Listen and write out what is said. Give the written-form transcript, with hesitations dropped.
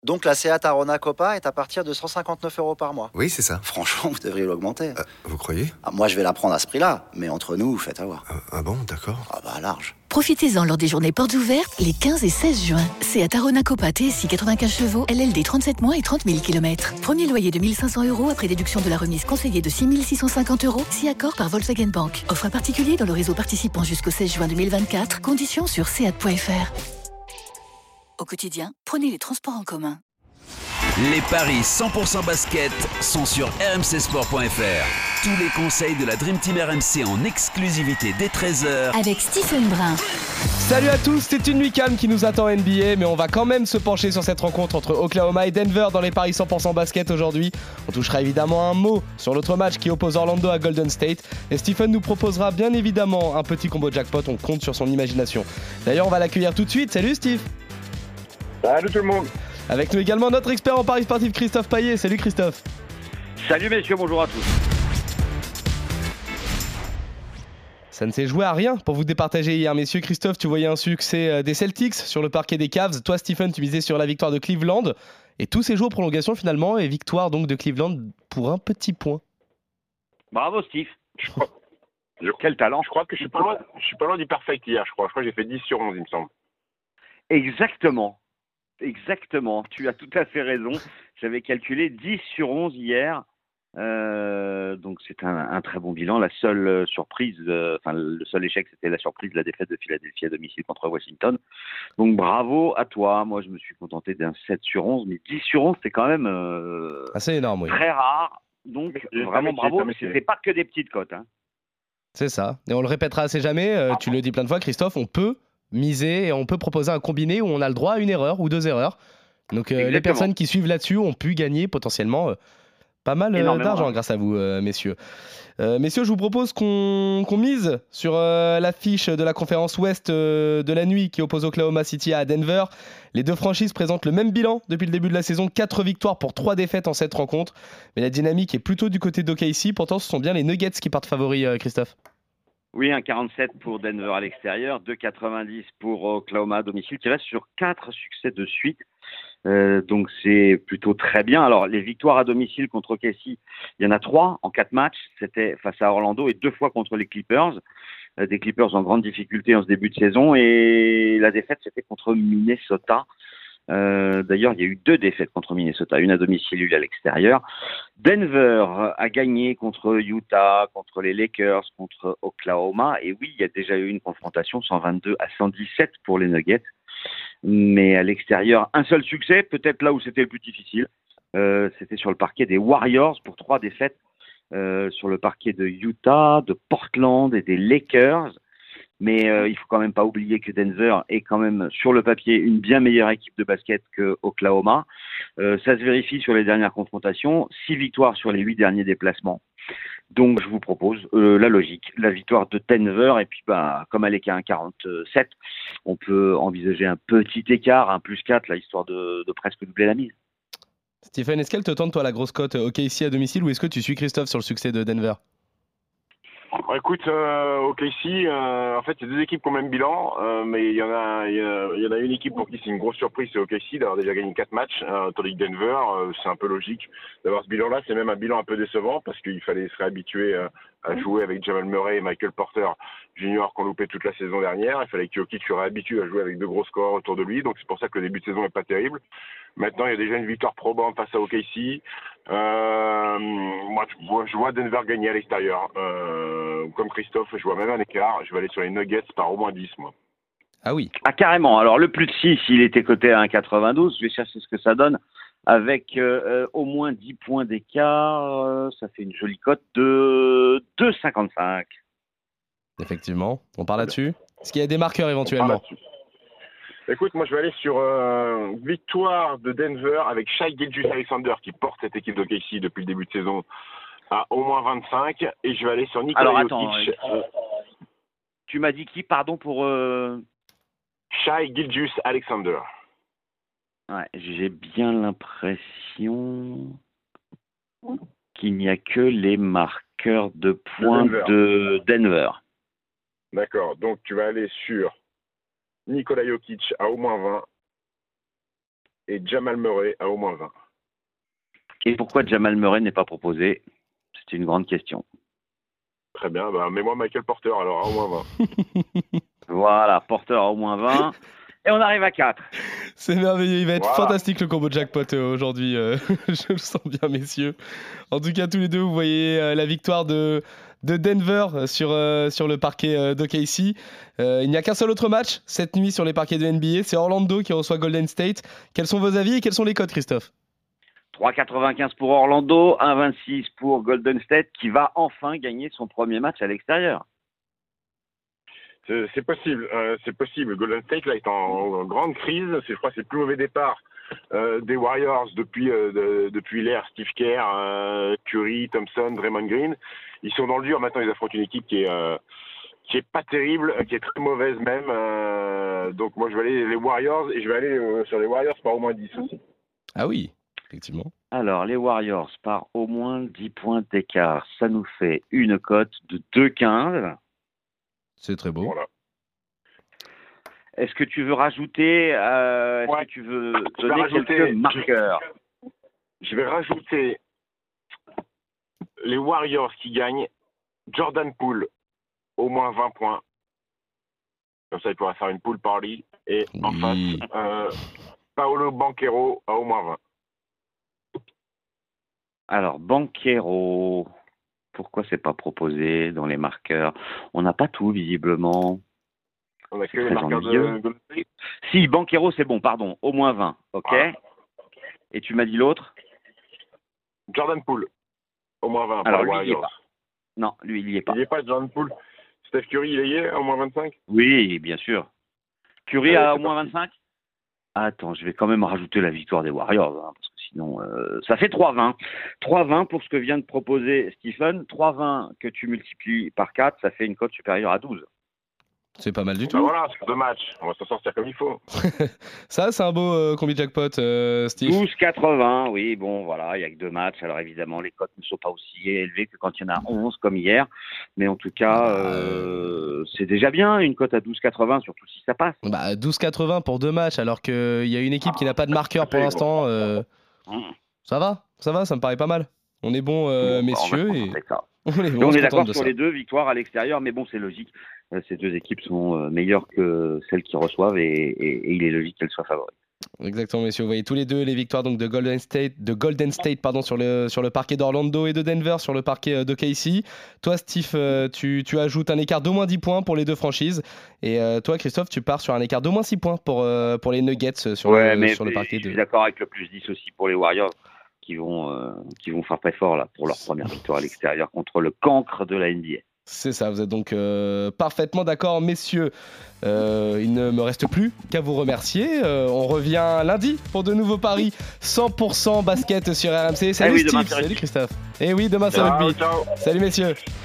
Donc la Seat Arona Copa est à partir de 159 € par mois. Oui, c'est ça. Franchement, vous devriez l'augmenter. Vous croyez ? Moi, je vais la prendre à ce prix-là, mais entre nous, faites avoir. Ah bon, d'accord. Large. Profitez-en lors des journées portes ouvertes les 15 et 16 juin. Seat Arona Copa TSI 95 chevaux, LLD 37 mois et 30 000 km. Premier loyer de 1 500 € après déduction de la remise conseillée de 6 650 €, si accord par Volkswagen Bank. Offre à particulier dans le réseau participant jusqu'au 16 juin 2024. Conditions sur seat.fr. Au quotidien, prenez les transports en commun. Les paris 100% basket sont sur rmcsport.fr. Tous les conseils de la Dream Team RMC en exclusivité dès 13h avec Stephen Brun. Salut à tous, c'est une nuit calme qui nous attend NBA, mais on va quand même se pencher sur cette rencontre entre Oklahoma et Denver dans les paris 100% basket aujourd'hui. On touchera évidemment un mot sur l'autre match qui oppose Orlando à Golden State. Et Stephen nous proposera bien évidemment un petit combo jackpot, on compte sur son imagination. D'ailleurs, on va l'accueillir tout de suite. Salut Steve. Salut tout le monde. Avec nous également notre expert en paris sportif Christophe Payet. Salut Christophe. Salut messieurs, bonjour à tous. Ça ne s'est joué à rien pour vous départager hier, messieurs. Christophe, tu voyais un succès des Celtics sur le parquet des Cavs. Toi, Stephen, tu misais sur la victoire de Cleveland. Et tout s'est joué aux prolongations finalement. Et victoire donc de Cleveland pour un petit point. Bravo Steve. Quel talent. Je crois que je suis pas loin du perfect hier, je crois. Je crois que j'ai fait 10 sur 11, il me semble. Exactement, tu as tout à fait raison. J'avais calculé 10 sur 11 hier. Donc c'est un très bon bilan. La seule surprise, le seul échec, c'était la surprise de la défaite de Philadelphie à domicile contre Washington. Donc bravo à toi. Moi, je me suis contenté d'un 7 sur 11, mais 10 sur 11, c'est quand même assez énorme, oui. Très rare. Donc vraiment bravo. C'est pas que des petites cotes. Hein. C'est ça. Et on le répétera assez jamais. Tu le dis plein de fois, Christophe, on peut miser et on peut proposer un combiné où on a le droit à une erreur ou deux erreurs. Donc les personnes qui suivent là-dessus ont pu gagner potentiellement pas mal d'argent grâce à vous, messieurs. Messieurs, je vous propose qu'on mise sur l'affiche de la conférence Ouest de la nuit qui oppose Oklahoma City à Denver. Les deux franchises présentent le même bilan depuis le début de la saison, 4 victoires pour 3 défaites en cette rencontre. Mais la dynamique est plutôt du côté d'OKC. Pourtant, ce sont bien les Nuggets qui partent favoris, Christophe. Oui, 1,47 pour Denver à l'extérieur, 2,90 pour Oklahoma à domicile, qui reste sur 4 succès de suite. Donc c'est plutôt très bien. Alors les victoires à domicile contre OKC, il y en a 3 en 4 matchs. C'était face à Orlando et 2 fois contre les Clippers. Des Clippers en grande difficulté en ce début de saison. Et la défaite, c'était contre Minnesota. D'ailleurs, il y a eu 2 défaites contre Minnesota, une à domicile, une à l'extérieur. Denver a gagné contre Utah, contre les Lakers, contre Oklahoma. Et oui, il y a déjà eu une confrontation 122 à 117 pour les Nuggets. Mais à l'extérieur, un seul succès, peut-être là où c'était le plus difficile. C'était sur le parquet des Warriors pour 3 défaites sur le parquet de Utah, de Portland et des Lakers. Mais il faut quand même pas oublier que Denver est quand même sur le papier une bien meilleure équipe de basket que Oklahoma. Ça se vérifie sur les dernières confrontations, 6 victoires sur les 8 derniers déplacements. Donc je vous propose la logique, la victoire de Denver, et puis comme elle est qu'à 1,47, on peut envisager un petit écart, un +4, là, histoire de presque doubler la mise. Stephen, est-ce qu'elle te tente toi la grosse cote OKC à domicile, ou est-ce que tu suis Christophe sur le succès de Denver ? Écoute, OKC, en fait, il y a 2 équipes qui ont le même bilan, mais il y en a une équipe pour qui c'est une grosse surprise, c'est OKC, d'avoir déjà gagné 4 matchs, tandis que Denver, c'est un peu logique d'avoir ce bilan-là. C'est même un bilan un peu décevant parce qu'il fallait se réhabituer à jouer avec Jamal Murray et Michael Porter Jr. qu'on loupait toute la saison dernière. Il fallait que Jokic se réhabitue à jouer avec de gros scores autour de lui, donc c'est pour ça que le début de saison n'est pas terrible. Maintenant, il y a déjà une victoire probante face à OKC. Moi, je vois Denver gagner à l'extérieur. Comme Christophe, je vois même un écart. Je vais aller sur les Nuggets par au moins 10, moi. Ah oui. Ah carrément. Alors le plus de 6, il était coté à 1,92. Je vais chercher ce que ça donne. Avec au moins 10 points d'écart, ça fait une jolie cote de 2,55. Effectivement. On parle là-dessus. Est-ce qu'il y a des marqueurs éventuellement ? Écoute, moi je vais aller sur victoire de Denver avec Shai Gilgeous-Alexander qui porte cette équipe de KC depuis le début de saison à au moins 25, et je vais aller sur Nikola Jokic. Tu m'as dit qui, pardon, pour Shai Gilgeous-Alexander. Ouais, j'ai bien l'impression qu'il n'y a que les marqueurs de points de Denver. D'accord, donc tu vas aller sur Nikola Jokic à au moins 20 et Jamal Murray à au moins 20. Et pourquoi Jamal Murray n'est pas proposé? C'est une grande question. Très bien, mets-moi Michael Porter alors à au moins 20. Voilà, Porter à au moins 20. Et on arrive à 4. C'est merveilleux, il va être fantastique le combo jackpot aujourd'hui, je le sens bien messieurs. En tout cas tous les deux vous voyez la victoire de Denver sur le parquet d'OKC. Il n'y a qu'un seul autre match cette nuit sur les parquets de NBA, c'est Orlando qui reçoit Golden State. Quels sont vos avis et quels sont les codes Christophe? 3,95 pour Orlando, 1,26 pour Golden State qui va enfin gagner son premier match à l'extérieur. C'est possible, c'est possible. Golden State là est en grande crise. Je crois que c'est le plus mauvais départ des Warriors depuis l'ère Steve Kerr, Curry, Thompson, Draymond Green. Ils sont dans le dur maintenant. Ils affrontent une équipe qui est pas terrible, qui est très mauvaise même. Donc moi je vais aller les Warriors et je vais aller sur les Warriors par au moins 10 aussi. Ah oui, effectivement. Alors les Warriors par au moins 10 points d'écart, ça nous fait une cote de 2,15. C'est très beau. Voilà. Est-ce que tu veux rajouter est-ce que tu veux donner quelques marqueurs? Je vais rajouter les Warriors qui gagnent, Jordan Poole au moins 20 points. Comme ça, il pourra faire une pool party. Et en face, Paolo Banchero à au moins 20. Alors, Banchero... Pourquoi c'est pas proposé dans les marqueurs? On n'a pas tout, visiblement. On a que les marqueurs de... Si, Banchero, c'est bon, pardon. Au moins 20, ok. Ah. Et tu m'as dit l'autre? Jordan Poole. Au moins 20. Alors, lui, il n'y est pas. Non, lui, il n'y est pas. Il n'y est pas, Jordan Poole. Steph Curry, il y est au moins 25? Oui, bien sûr. Curry a au moins 25? Attends, je vais quand même rajouter la victoire des Warriors, hein, parce que sinon, ça fait 3,20. 3,20 pour ce que vient de proposer Stephen. 3,20 que tu multiplies par 4, ça fait une cote supérieure à 12. C'est pas mal du tout. Voilà, c'est 2 matchs. On va s'en sortir comme il faut. Ça, c'est un beau combi jackpot, Steve. 12,80, oui, bon, voilà, il n'y a que 2 matchs. Alors évidemment, les cotes ne sont pas aussi élevées que quand il y en a 11 comme hier. Mais en tout cas, c'est déjà bien, une cote à 12,80, surtout si ça passe. 12,80 pour 2 matchs, alors qu'il y a une équipe qui n'a pas de marqueur pour l'instant. Ça va, ça me paraît pas mal. On est bon, messieurs. On est d'accord sur les 2 victoires à l'extérieur, mais bon, c'est logique. Ces 2 équipes sont meilleures que celles qui reçoivent et il est logique qu'elles soient favorites. Exactement, messieurs. Vous voyez tous les 2 les victoires donc de Golden State sur le parquet d'Orlando et de Denver sur le parquet d'OKC. Toi, Steve, tu ajoutes un écart d'au moins 10 points pour les 2 franchises. Et toi, Christophe, tu pars sur un écart d'au moins 6 points pour les Nuggets sur le parquet de... Je suis d'accord avec le plus 10 aussi pour les Warriors qui vont faire très fort là, pour leur première victoire à l'extérieur contre le cancre de la NBA. C'est ça, vous êtes donc parfaitement d'accord, messieurs. Il ne me reste plus qu'à vous remercier. On revient lundi pour de nouveaux paris 100% basket sur RMC. Salut Steve, salut Christophe. Et oui, demain c'est rugby. Salut messieurs.